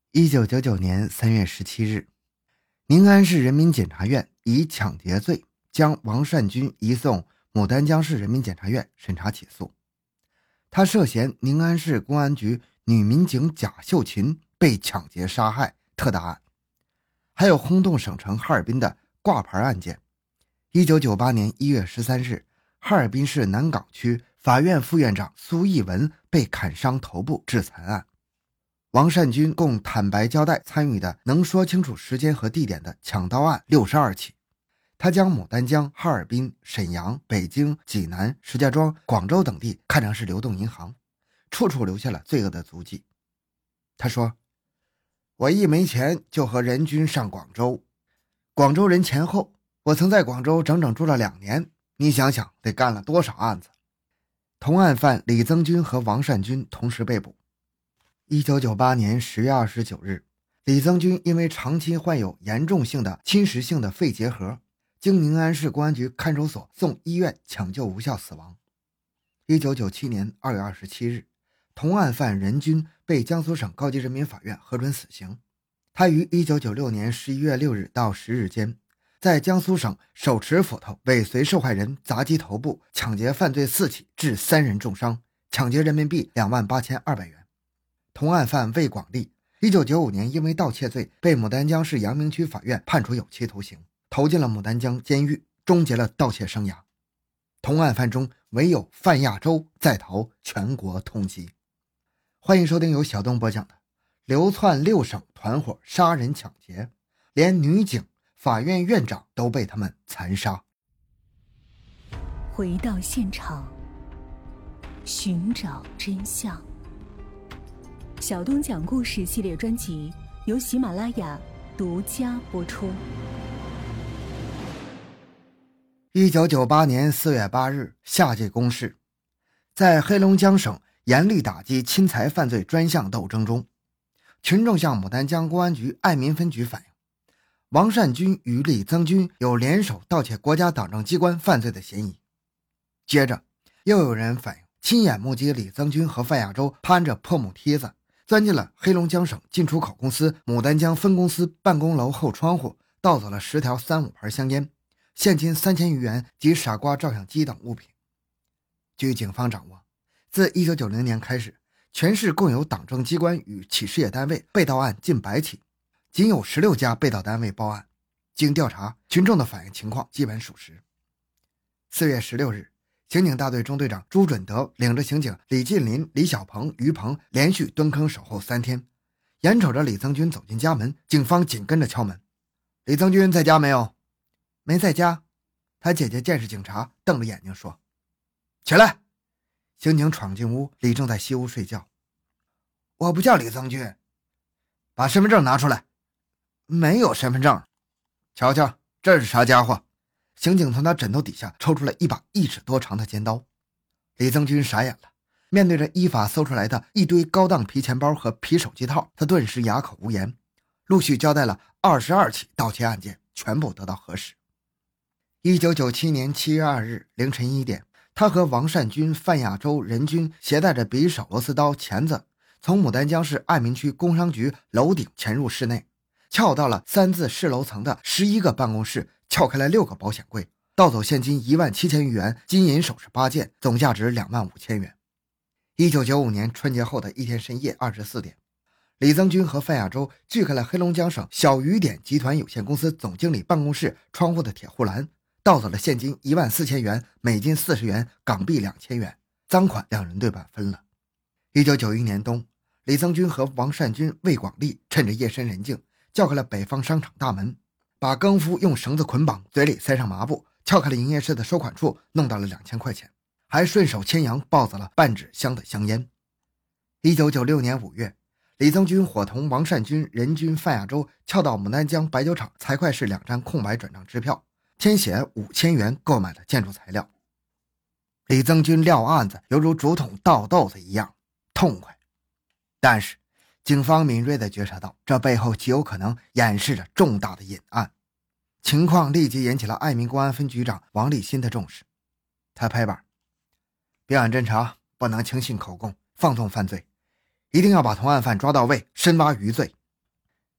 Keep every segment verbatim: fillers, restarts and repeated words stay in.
一九九九年三月十七日，宁安市人民检察院以抢劫罪将王善军移送牡丹江市人民检察院审查起诉。他涉嫌宁安市公安局女民警贾秀琴被抢劫杀害特大案，还有轰动省城哈尔滨的挂牌案件。一九九八年一月十三日，哈尔滨市南岗区法院副院长苏义文被砍伤头部致残案。王善军共坦白交代参与的能说清楚时间和地点的抢刀案六十二起。他将牡丹江、哈尔滨、沈阳、北京、济南、石家庄、广州等地看成是流动银行，处处留下了罪恶的足迹。他说，我一没钱就和人均上广州，广州人前后，我曾在广州整整住了两年，你想想得干了多少案子。同案犯李增军和王善军同时被捕。一九九八年十月二十九日，李增军因为长期患有严重性的侵蚀性的肺结核，经宁安市公安局看守所送医院抢救无效死亡。一九九七年二月二十七日，同案犯任军被江苏省高级人民法院核准死刑。他于一九九六年十一月六日到十日间，在江苏省手持斧头尾随受害人砸击头部，抢劫犯罪四起，致三人重伤，抢劫人民币两万八千二百元。同案犯魏广利一九九五年因为盗窃罪被牡丹江市阳明区法院判处有期徒刑，投进了牡丹江监狱，终结了盗窃生涯。同案犯中唯有范亚洲在逃，全国通缉。欢迎收听由小东播讲的流窜六省团伙杀人抢劫，连女警、法院院长都被他们残杀。 回到现场，寻找真相。小东讲故事系列专辑由喜马拉雅独家播出。 一九九八年四月八日，夏季公示，在黑龙江省严厉打击侵财犯罪专项斗争中，群众向牡丹江公安局爱民分局反映，王善军与李增军有联手盗窃国家党政机关犯罪的嫌疑。接着又有人反映，亲眼目击李增军和范亚洲攀着破木梯子钻进了黑龙江省进出口公司牡丹江分公司办公楼后窗户，盗走了十条三五牌香烟、现金三千余元及傻瓜照相机等物品。据警方掌握，自一九九零年开始，全市共有党政机关与企事业单位被盗案近百起，仅有十六家被盗单位报案。经调查，群众的反映情况基本属实。四月十六日，刑警大队中队长朱准德领着刑警李进林、李小鹏、于鹏连续蹲坑守候三天，眼瞅着李增军走进家门，警方紧跟着敲门。李增军在家没有？没在家。他姐姐见是警察，瞪着眼睛说：起来！刑警闯进屋，李正在西屋睡觉。我不叫李增军。把身份证拿出来。没有身份证。瞧瞧，这是啥家伙？刑警从他枕头底下抽出了一把一尺多长的尖刀。李增军傻眼了，面对着依法搜出来的一堆高档皮钱包和皮手机套，他顿时哑口无言，陆续交代了二十二起盗窃案件，全部得到核实。一九九七年七月二日凌晨一点，他和王善军、范亚洲、任军携带着匕首、螺丝刀、钳子，从牡丹江市爱民区工商局楼顶潜入室内，撬到了三字市楼层的十一个办公室，撬开了六个保险柜，盗走现金一万七千余元，金银首饰八件，总价值两万五千元。一九九五年春节后的一天深夜二十四点，李增军和范亚洲锯开了黑龙江省小雨点集团有限公司总经理办公室窗户的铁护栏，盗走了现金一万四千元，美金四十元，港币两千元，赃款两人对半分了。一九九一年冬，李增军和王善军、魏广利趁着夜深人静，撬开了北方商场大门，把更夫用绳子捆绑，嘴里塞上麻布，撬开了营业室的收款处，弄到了两千块钱，还顺手牵羊抱走了半纸箱的香烟。一九九六年五月，李增军伙同王善军、任军、范亚洲撬到牡丹江白酒厂财会室两张空白转账支票，填写五千元购买了建筑材料。李增军撂案子犹如竹筒倒豆子一样痛快，但是警方敏锐地觉察到这背后极有可能掩饰着重大的隐案，情况立即引起了爱民公安分局长王立新的重视。他拍板，标案侦查不能轻信口供，放纵犯罪，一定要把同案犯抓到位，深挖余罪，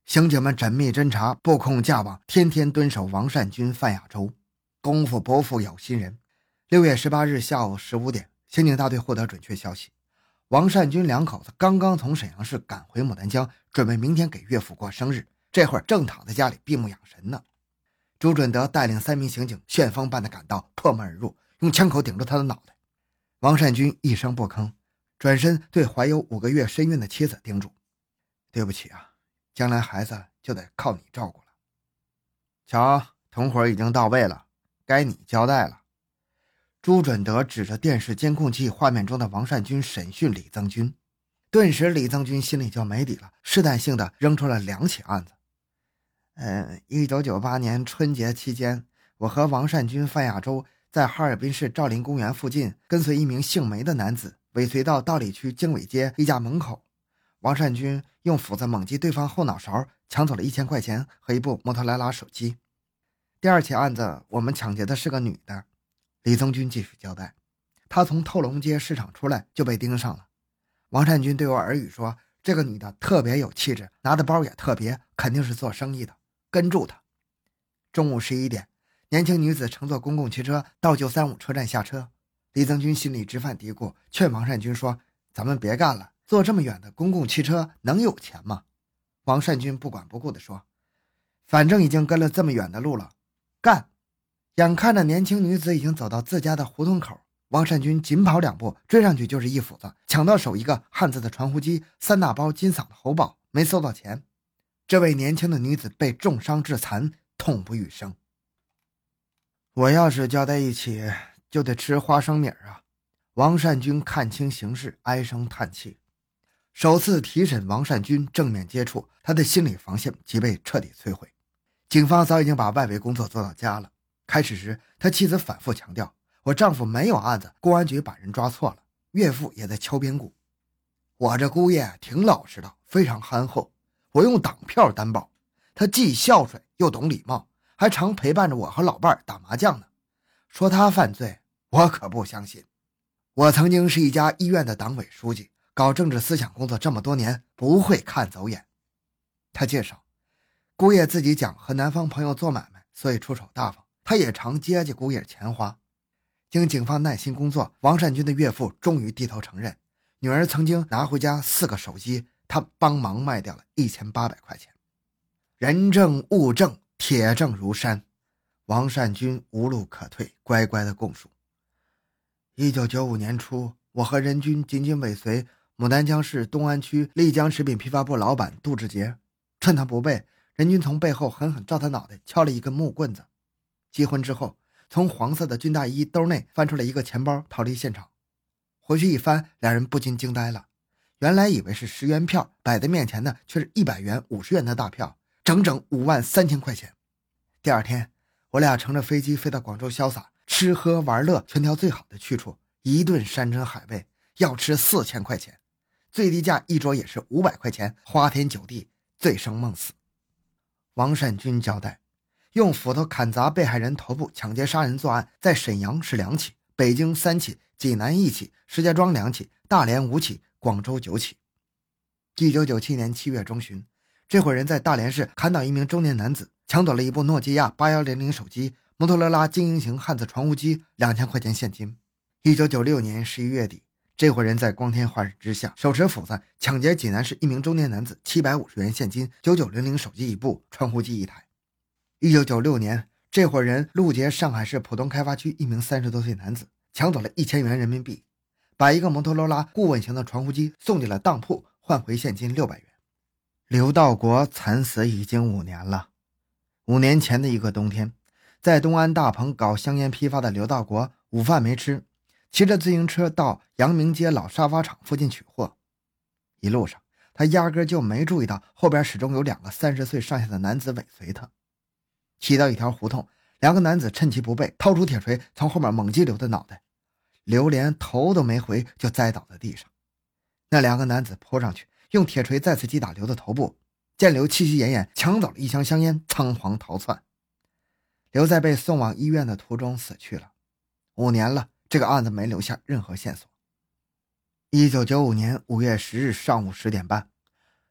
刑警们缜密侦查，布控架网，天天蹲守王善军、范亚洲。功夫不负有心人，六月十八日下午十五点，刑警大队获得准确消息，王善军两口子刚刚从沈阳市赶回牡丹江，准备明天给岳父过生日，这会儿正躺在家里闭目养神呢。朱准德带领三名刑警旋风般的赶到，破门而入，用枪口顶住他的脑袋。王善军一声不吭，转身对怀有五个月身孕的妻子叮嘱：对不起啊，将来孩子就得靠你照顾了。瞧，同伙已经到位了，该你交代了。朱准德指着电视监控器画面中的王善军审讯李增军，顿时李增军心里就没底了，试探性的扔出了两起案子。嗯，一九九八年春节期间，我和王善军、范亚洲在哈尔滨市兆林公园附近跟随一名姓梅的男子尾随到道里区经纬街一家门口，王善军用斧子猛击对方后脑勺，抢走了一千块钱和一部摩托罗拉手机。第二起案子，我们抢劫的是个女的。李增军继续交代，他从透龙街市场出来就被盯上了。王善军对我耳语说，这个女的特别有气质，拿的包也特别，肯定是做生意的，跟住她。中午十一点，年轻女子乘坐公共汽车到九三五车站下车。李增军心里直犯嘀咕，劝王善军说，咱们别干了，坐这么远的公共汽车能有钱吗？王善军不管不顾地说，反正已经跟了这么远的路了，干！眼看着年轻女子已经走到自家的胡同口，王善军紧跑两步，追上去就是一斧子，抢到手一个汉字的传呼机，三大包金嗓的喉宝，没搜到钱。这位年轻的女子被重伤致残，痛不欲生。我要是交代一起，就得吃花生米啊！王善军看清形势，唉声叹气。首次提审王善军，正面接触，他的心理防线即被彻底摧毁。警方早已经把外围工作做到家了。开始时，他妻子反复强调，我丈夫没有案子，公安局把人抓错了，岳父也在敲边鼓。我这姑爷挺老实的，非常憨厚，我用党票担保，他既孝顺又懂礼貌，还常陪伴着我和老伴儿打麻将呢。说他犯罪，我可不相信。我曾经是一家医院的党委书记，搞政治思想工作这么多年，不会看走眼。他介绍，姑爷自己讲和南方朋友做买卖，所以出手大方，他也常接济姑爷钱花。经警方耐心工作，王善军的岳父终于低头承认，女儿曾经拿回家四个手机，他帮忙卖掉了一千八百块钱。人证物证，铁证如山，王善军无路可退，乖乖的供述。一九九五年初，我和任军紧紧尾随牡丹江市东安区丽江食品批发部老板杜志杰，趁他不备，任军从背后狠狠照他脑袋敲了一根木棍子。击昏之后，从黄色的军大衣兜内翻出了一个钱包，逃离现场。回去一翻，两人不禁惊呆了，原来以为是十元票，摆在面前的却是一百元、五十元的大票，整整五万三千块钱。第二天，我俩乘着飞机飞到广州潇洒，吃喝玩乐全挑最好的去处，一顿山珍海味，要吃四千块钱，最低价一桌也是五百块钱，花天酒地，醉生梦死。王善军交代，用斧头砍砸被害人头部抢劫杀人作案，在沈阳是两起，北京三起，济南一起，石家庄两起，大连五起，广州九起。一九九七年七月中旬，这伙人在大连市砍倒一名中年男子，抢走了一部诺基亚八一零零手机、摩托罗拉精英型汉字传呼机、两千块钱现金。一九九六年十一月底，这伙人在光天化日之下，手持斧子抢劫济南市一名中年男子七百五十元现金、九九零零手机一部、传呼机一台。一九九六年，这伙人路劫上海市浦东开发区一名三十多岁男子，抢走了一千元人民币，把一个摩托罗拉顾问型的传呼机送进了当铺，换回现金六百元。刘道国惨死已经五年了。五年前的一个冬天，在东安大棚搞香烟批发的刘道国午饭没吃，骑着自行车到阳明街老沙发厂附近取货。一路上，他压根就没注意到后边始终有两个三十岁上下的男子尾随他。骑到一条胡同，两个男子趁其不备，掏出铁锤从后面猛击刘的脑袋，刘连头都没回就栽倒在地上。那两个男子扑上去，用铁锤再次击打刘的头部，见刘气息奄奄，抢走了一箱香烟，仓皇逃窜。刘在被送往医院的途中死去了。五年了，这个案子没留下任何线索。一九九五年五月十日上午十点半，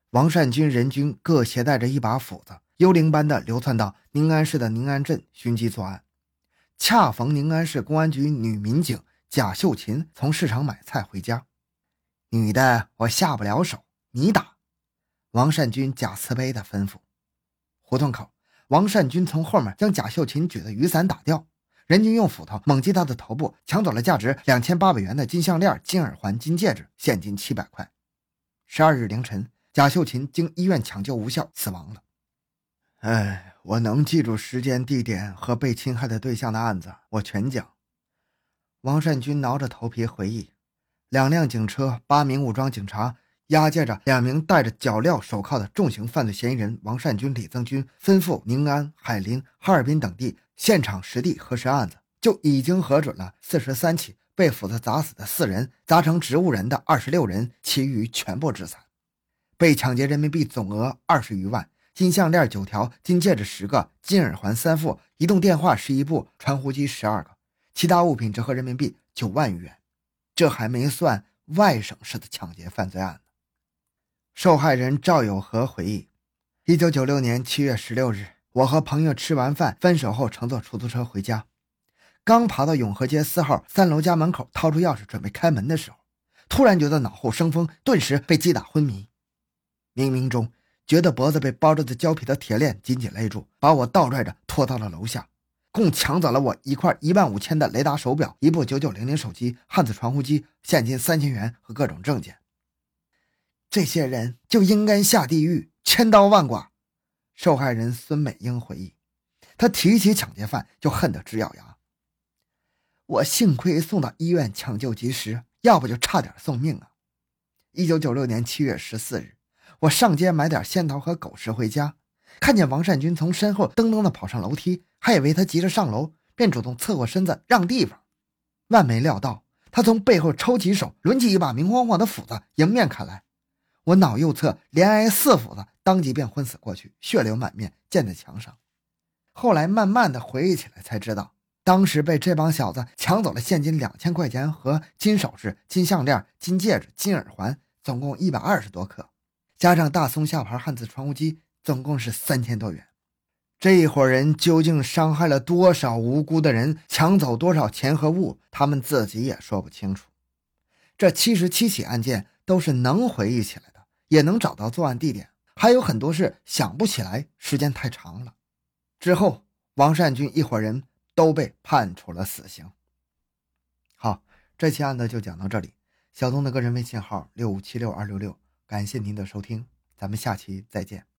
王善军人军各携带着一把斧子，幽灵般的流窜到宁安市的宁安镇寻机作案。恰逢宁安市公安局女民警贾秀琴从市场买菜回家，女的我下不了手，你打。王善军假慈悲的吩咐。胡同口，王善军从后面将贾秀琴举的雨伞打掉，人军用斧头猛击她的头部，抢走了价值两千八百元的金项链、金耳环、金戒指，现金七百块。十二日凌晨，贾秀琴经医院抢救无效死亡了。哎，我能记住时间、地点和被侵害的对象的案子，我全讲。王善军挠着头皮回忆，两辆警车，八名武装警察押解着两名戴着脚镣手铐的重型犯罪嫌疑人王善军、李增军，吩咐宁安、海林、哈尔滨等地现场实地核实案子，就已经核准了四十三起被斧子砸死的四人，砸成植物人的二十六人，其余全部致残。被抢劫人民币总额二十余万，金项链九条，金戒指十个，金耳环三副，移动电话十一部，传呼机十二个，其他物品折合人民币九万余元。这还没算外省市的抢劫犯罪案呢。受害人赵有和回忆，一九九六年七月十六日，我和朋友吃完饭分手后乘坐出租车回家，刚爬到永和街四号三楼家门口，掏出钥匙准备开门的时候，突然觉得脑后生风，顿时被击打昏迷。冥冥中觉得脖子被包着的胶皮的铁链紧紧勒住，把我倒拽着拖到了楼下，共抢走了我一块一万五千的雷达手表，一部九九零零手机，汉字传呼机，现金三千元和各种证件。这些人就应该下地狱，千刀万剐。受害人孙美英回忆，她提起抢劫犯就恨得直咬牙。我幸亏送到医院抢救及时，要不就差点送命啊。一九九六年七月十四日，我上街买点仙桃和狗食回家，看见王善军从身后噔噔地跑上楼梯，还以为他急着上楼，便主动侧过身子让地方。万没料到，他从背后抽起手，抡起一把明晃晃的斧子迎面砍来。我脑右侧连挨四斧子，当即便昏死过去，血流满面，溅在墙上。后来慢慢的回忆起来才知道，当时被这帮小子抢走了现金两千块钱和金首饰、金项链、金戒指、金耳环，总共一百二十多克，加上大松下牌汉字传呼机，总共是三千多元。这一伙人究竟伤害了多少无辜的人，抢走多少钱和物，他们自己也说不清楚。这七十七起案件都是能回忆起来的，也能找到作案地点，还有很多是想不起来，时间太长了。之后王善军一伙人都被判处了死刑。好，这期案子就讲到这里。小东的个人微信号六五七六二六六，感谢您的收听，咱们下期再见。